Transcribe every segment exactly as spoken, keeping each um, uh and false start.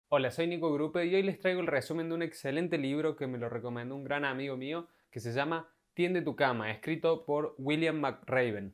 Hola, soy Nico Grupe y hoy les traigo el resumen de un excelente libro que me lo recomendó un gran amigo mío que se llama Tiende tu cama, escrito por William McRaven.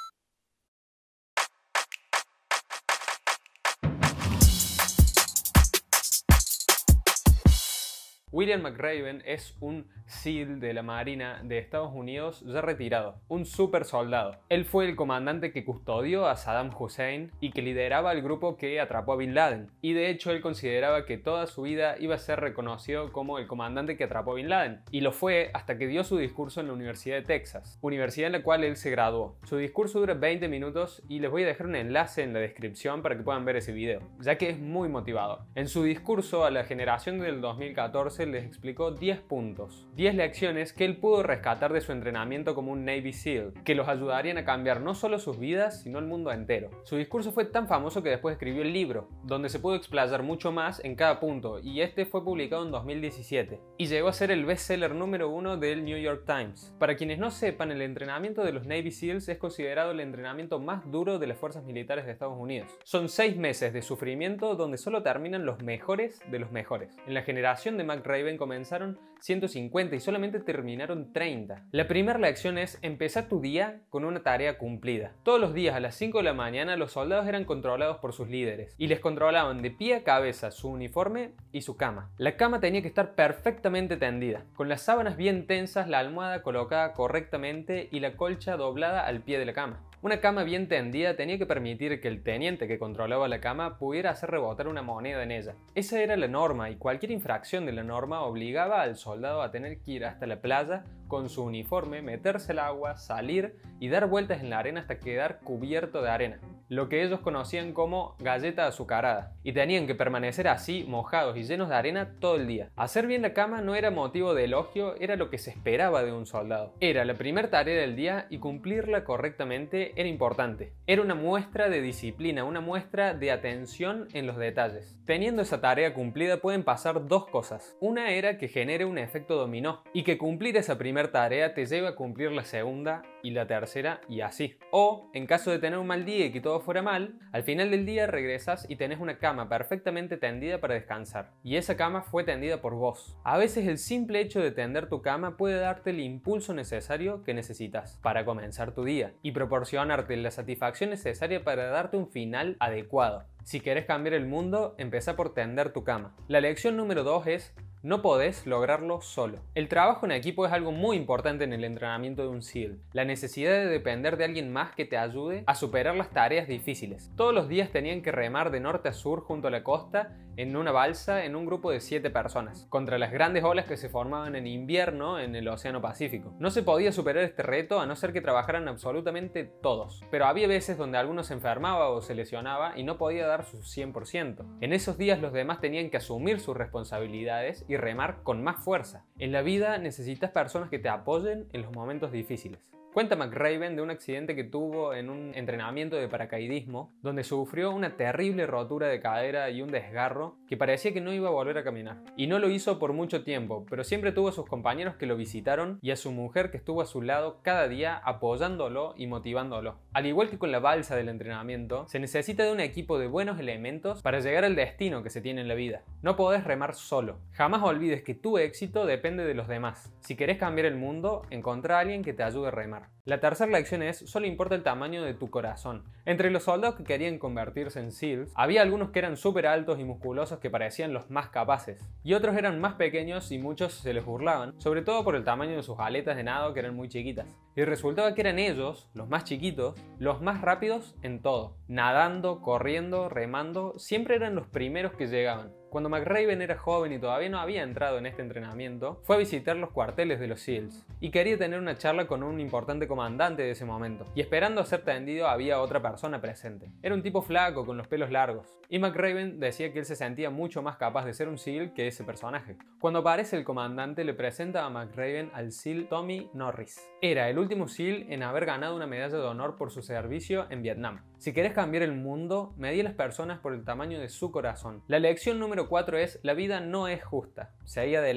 William McRaven es un SEAL de la Marina de Estados Unidos ya retirado, un super soldado. Él fue el comandante que custodió a Saddam Hussein y que lideraba el grupo que atrapó a Bin Laden. Y de hecho él consideraba que toda su vida iba a ser reconocido como el comandante que atrapó a Bin Laden. Y lo fue hasta que dio su discurso en la Universidad de Texas, universidad en la cual él se graduó. Su discurso dura veinte minutos y les voy a dejar un enlace en la descripción para que puedan ver ese video, ya que es muy motivador. En su discurso a la generación del dos mil catorce les explicó diez puntos, diez lecciones que él pudo rescatar de su entrenamiento como un Navy SEAL, que los ayudarían a cambiar no solo sus vidas, sino el mundo entero. Su discurso fue tan famoso que después escribió el libro, donde se pudo explayar mucho más en cada punto, y este fue publicado en dos mil diecisiete, y llegó a ser el bestseller número uno del New York Times. Para quienes no sepan, el entrenamiento de los Navy SEALs es considerado el entrenamiento más duro de las fuerzas militares de Estados Unidos. Son seis meses de sufrimiento donde solo terminan los mejores de los mejores. En la generación de McRaven comenzaron ciento cincuenta y solamente terminaron treinta. La primera lección es empezar tu día con una tarea cumplida. Todos los días a las cinco de la mañana los soldados eran controlados por sus líderes y les controlaban de pie a cabeza su uniforme y su cama. La cama tenía que estar perfectamente tendida, con las sábanas bien tensas, la almohada colocada correctamente y la colcha doblada al pie de la cama. Una cama bien tendida tenía que permitir que el teniente que controlaba la cama pudiera hacer rebotar una moneda en ella. Esa era la norma y cualquier infracción de la norma obligaba al soldado a tener que ir hasta la playa con su uniforme, meterse al agua, salir y dar vueltas en la arena hasta quedar cubierto de arena, lo que ellos conocían como galleta azucarada, y tenían que permanecer así, mojados y llenos de arena todo el día. Hacer bien la cama no era motivo de elogio, era lo que se esperaba de un soldado. Era la primera tarea del día y cumplirla correctamente era importante. Era una muestra de disciplina, una muestra de atención en los detalles. Teniendo esa tarea cumplida pueden pasar dos cosas. Una era que genere un efecto dominó y que cumplir esa primera tarea te lleve a cumplir la segunda y la tercera y así. O, en caso de tener un mal día y que todo fuera mal, al final del día regresas y tenés una cama perfectamente tendida para descansar. Y esa cama fue tendida por vos. A veces el simple hecho de tender tu cama puede darte el impulso necesario que necesitas para comenzar tu día y proporcionarte la satisfacción necesaria para darte un final adecuado. Si querés cambiar el mundo, empezá por tender tu cama. La lección número dos es: no podés lograrlo solo. El trabajo en equipo es algo muy importante en el entrenamiento de un SEAL. La necesidad de depender de alguien más que te ayude a superar las tareas difíciles. Todos los días tenían que remar de norte a sur junto a la costa en una balsa en un grupo de siete personas, contra las grandes olas que se formaban en invierno en el Océano Pacífico. No se podía superar este reto a no ser que trabajaran absolutamente todos, pero había veces donde alguno se enfermaba o se lesionaba y no podía dar su cien por ciento. En esos días los demás tenían que asumir sus responsabilidades y remar con más fuerza. En la vida necesitas personas que te apoyen en los momentos difíciles. Cuenta McRaven de un accidente que tuvo en un entrenamiento de paracaidismo, donde sufrió una terrible rotura de cadera y un desgarro que parecía que no iba a volver a caminar. Y no lo hizo por mucho tiempo, pero siempre tuvo a sus compañeros que lo visitaron y a su mujer que estuvo a su lado cada día apoyándolo y motivándolo. Al igual que con la balsa del entrenamiento, se necesita de un equipo de buenos elementos para llegar al destino que se tiene en la vida. No podés remar solo. Jamás olvides que tu éxito depende de los demás. Si querés cambiar el mundo, encontrá a alguien que te ayude a remar. La tercera lección es: solo importa el tamaño de tu corazón. Entre los soldados que querían convertirse en SEALs, había algunos que eran súper altos y musculosos que parecían los más capaces, y otros eran más pequeños y muchos se les burlaban, sobre todo por el tamaño de sus aletas de nado que eran muy chiquitas. Y resultaba que eran ellos, los más chiquitos, los más rápidos en todo. Nadando, corriendo, remando, siempre eran los primeros que llegaban. Cuando McRaven era joven y todavía no había entrado en este entrenamiento, fue a visitar los cuarteles de los SEALs y quería tener una charla con un importante comandante de ese momento. Y esperando a ser tendido había otra persona presente. Era un tipo flaco con los pelos largos. Y McRaven decía que él se sentía mucho más capaz de ser un SEAL que ese personaje. Cuando aparece el comandante le presenta a McRaven al SEAL Tommy Norris. Era el último SEAL en haber ganado una medalla de honor por su servicio en Vietnam. Si querés cambiar el mundo, medí a las personas por el tamaño de su corazón. La lección número cuatro es: la vida no es justa. Seguí adelante.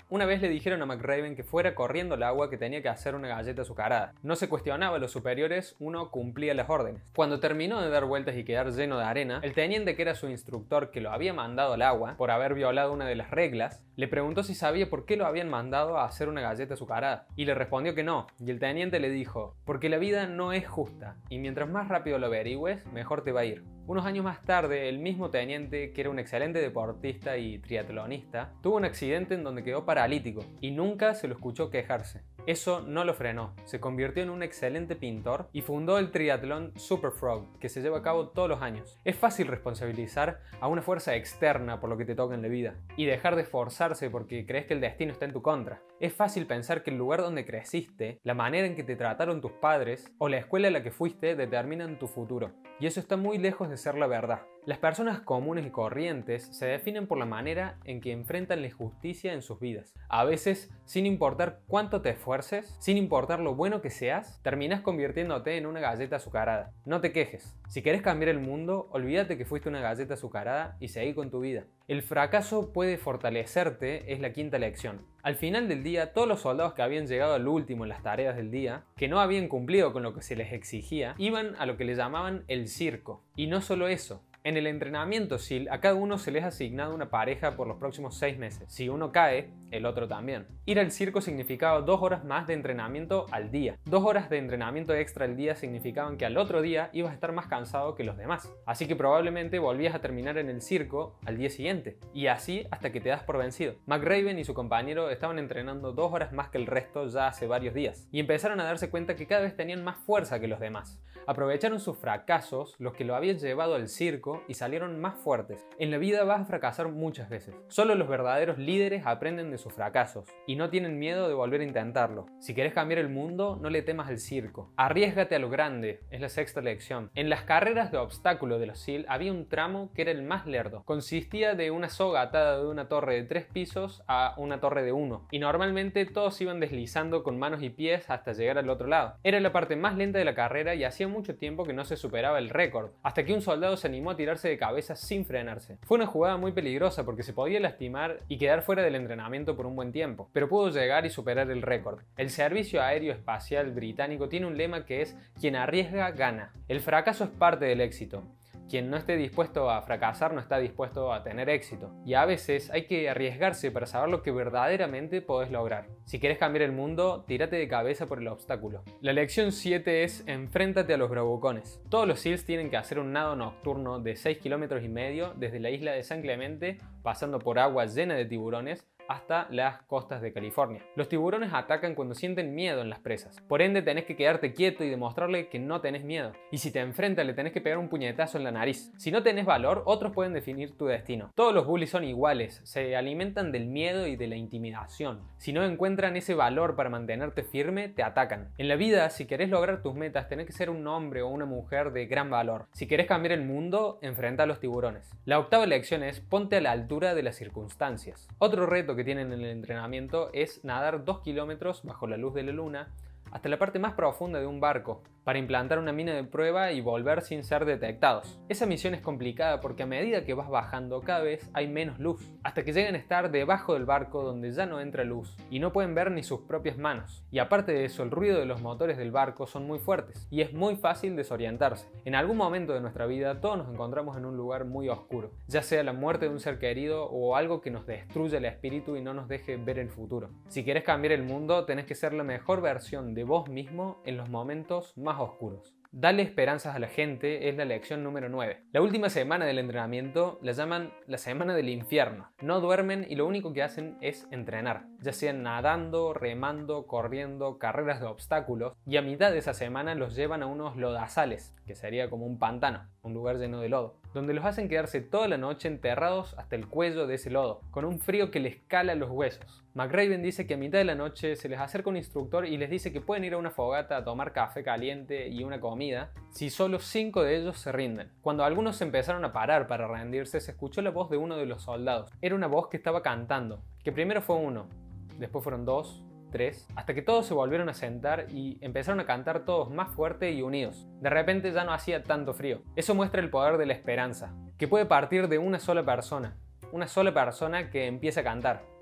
Una vez le dijeron a McRaven que fuera corriendo al agua que tenía que hacer una galleta azucarada. No se cuestionaba a los superiores, uno cumplía las órdenes. Cuando terminó de dar vueltas y quedar lleno de arena, el teniente, que era su instructor que lo había mandado al agua por haber violado una de las reglas, le preguntó si sabía por qué lo habían mandado a hacer una galleta azucarada, y le respondió que no, y el teniente le dijo: porque la vida no es justa, y mientras más rápido lo averigües, mejor te va a ir. Unos años más tarde, el mismo teniente, que era un excelente deportista y triatlonista, tuvo un accidente en donde quedó paralítico, y nunca se lo escuchó quejarse. Eso no lo frenó, se convirtió en un excelente pintor y fundó el triatlón Superfrog, que se lleva a cabo todos los años. Es fácil responsabilizar a una fuerza externa por lo que te toca en la vida, y dejar de esforzarse porque crees que el destino está en tu contra. Es fácil pensar que el lugar donde creciste, la manera en que te trataron tus padres o la escuela a la que fuiste determinan tu futuro. Y eso está muy lejos de ser la verdad. Las personas comunes y corrientes se definen por la manera en que enfrentan la injusticia en sus vidas. A veces, sin importar cuánto te esfuerces, sin importar lo bueno que seas, terminás convirtiéndote en una galleta azucarada. No te quejes. Si querés cambiar el mundo, olvídate que fuiste una galleta azucarada y seguí con tu vida. El fracaso puede fortalecerte, es la quinta lección. Al final del día, todos los soldados que habían llegado al último en las tareas del día, que no habían cumplido con lo que se les exigía, iban a lo que le llamaban el circo. Y no solo eso. En el entrenamiento SEAL, a cada uno se les ha asignado una pareja por los próximos seis meses. Si uno cae, el otro también. Ir al circo significaba dos horas más de entrenamiento al día. Dos horas de entrenamiento extra al día significaban que al otro día ibas a estar más cansado que los demás. Así que probablemente volvías a terminar en el circo al día siguiente. Y así hasta que te das por vencido. McRaven y su compañero estaban entrenando dos horas más que el resto ya hace varios días. Y empezaron a darse cuenta que cada vez tenían más fuerza que los demás. Aprovecharon sus fracasos, los que lo habían llevado al circo, y salieron más fuertes. En la vida vas a fracasar muchas veces. Solo los verdaderos líderes aprenden de sus fracasos y no tienen miedo de volver a intentarlo. Si querés cambiar el mundo, no le temas al circo. Arriésgate a lo grande, es la sexta lección. En las carreras de obstáculos de los SEAL había un tramo que era el más lerdo. Consistía de una soga atada de una torre de tres pisos a una torre de uno, y normalmente todos iban deslizando con manos y pies hasta llegar al otro lado. Era la parte más lenta de la carrera y hacía mucho tiempo que no se superaba el récord, hasta que un soldado se animó a tirarse de cabeza sin frenarse. Fue una jugada muy peligrosa porque se podía lastimar y quedar fuera del entrenamiento por un buen tiempo, pero pudo llegar y superar el récord. El Servicio Aéreo Espacial Británico tiene un lema que es: quien arriesga gana. El fracaso es parte del éxito. Quien no esté dispuesto a fracasar no está dispuesto a tener éxito. Y a veces hay que arriesgarse para saber lo que verdaderamente podés lograr. Si querés cambiar el mundo, tírate de cabeza por el obstáculo. La lección siete es: enfréntate a los bravucones. Todos los SEALs tienen que hacer un nado nocturno de seis kilómetros y medio desde la isla de San Clemente, pasando por agua llena de tiburones, hasta las costas de California. Los tiburones atacan cuando sienten miedo en las presas. Por ende, tenés que quedarte quieto y demostrarle que no tenés miedo. Y si te enfrentas, le tenés que pegar un puñetazo en la nariz. Si no tenés valor, otros pueden definir tu destino. Todos los bullies son iguales, se alimentan del miedo y de la intimidación. Si no encuentran ese valor para mantenerte firme, te atacan. En la vida, si querés lograr tus metas, tenés que ser un hombre o una mujer de gran valor. Si querés cambiar el mundo, enfrenta a los tiburones. La octava lección es: ponte a la altura de las circunstancias. Otro reto que tienen en el entrenamiento es nadar dos kilómetros bajo la luz de la luna hasta la parte más profunda de un barco para implantar una mina de prueba y volver sin ser detectados. Esa misión es complicada porque a medida que vas bajando cada vez hay menos luz, hasta que llegan a estar debajo del barco donde ya no entra luz y no pueden ver ni sus propias manos. Y aparte de eso, el ruido de los motores del barco son muy fuertes y es muy fácil desorientarse. En algún momento de nuestra vida todos nos encontramos en un lugar muy oscuro, ya sea la muerte de un ser querido o algo que nos destruye el espíritu y no nos deje ver el futuro. Si querés cambiar el mundo, tenés que ser la mejor versión de vos mismo en los momentos más oscuros. Dale esperanzas a la gente es la lección número nueve. La última semana del entrenamiento la llaman la semana del infierno. No duermen y lo único que hacen es entrenar, ya sea nadando, remando, corriendo, carreras de obstáculos, y a mitad de esa semana los llevan a unos lodazales, que sería como un pantano, un lugar lleno de lodo, donde los hacen quedarse toda la noche enterrados hasta el cuello de ese lodo, con un frío que les cala los huesos. McRaven dice que a mitad de la noche se les acerca un instructor y les dice que pueden ir a una fogata a tomar café caliente y una comida si solo cinco de ellos se rinden. Cuando algunos se empezaron a parar para rendirse, se escuchó la voz de uno de los soldados. Era una voz que estaba cantando, que primero fue uno, después fueron dos, tres, hasta que todos se volvieron a sentar y empezaron a cantar todos más fuerte y unidos. De repente ya no hacía tanto frío. Eso muestra el poder de la esperanza, que puede partir de una sola persona. Una sola persona que empieza a cantar.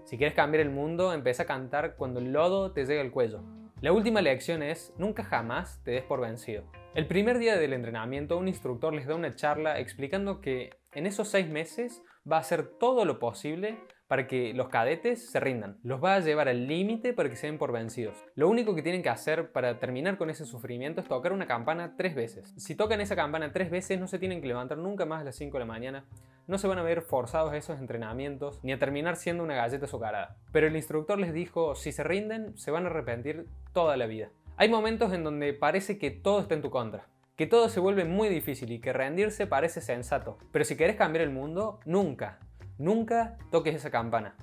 Si quieres cambiar el mundo, empieza a cantar cuando el lodo te llega al cuello. La última lección es, nunca jamás te des por vencido. El primer día del entrenamiento, un instructor les da una charla explicando que en esos seis meses va a hacer todo lo posible para que los cadetes se rindan. Los va a llevar al límite para que se den por vencidos. Lo único que tienen que hacer para terminar con ese sufrimiento es tocar una campana tres veces. Si tocan esa campana tres veces, no se tienen que levantar nunca más a las cinco de la mañana, no se van a ver forzados a esos entrenamientos, ni a terminar siendo una galleta azucarada. Pero el instructor les dijo, si se rinden, se van a arrepentir toda la vida. Hay momentos en donde parece que todo está en tu contra, que todo se vuelve muy difícil y que rendirse parece sensato. Pero si querés cambiar el mundo, nunca, nunca toques esa campana.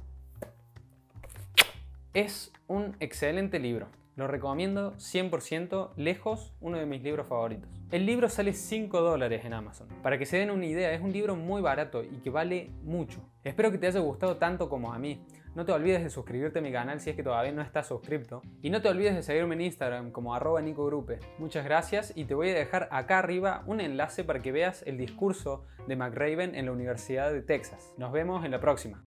Es un excelente libro. Lo recomiendo cien por ciento, lejos, uno de mis libros favoritos. El libro sale cinco dólares en Amazon. Para que se den una idea, es un libro muy barato y que vale mucho. Espero que te haya gustado tanto como a mí. No te olvides de suscribirte a mi canal si es que todavía no estás suscrito. Y no te olvides de seguirme en Instagram como arroba nicogrupe. Muchas gracias y te voy a dejar acá arriba un enlace para que veas el discurso de McRaven en la Universidad de Texas. Nos vemos en la próxima.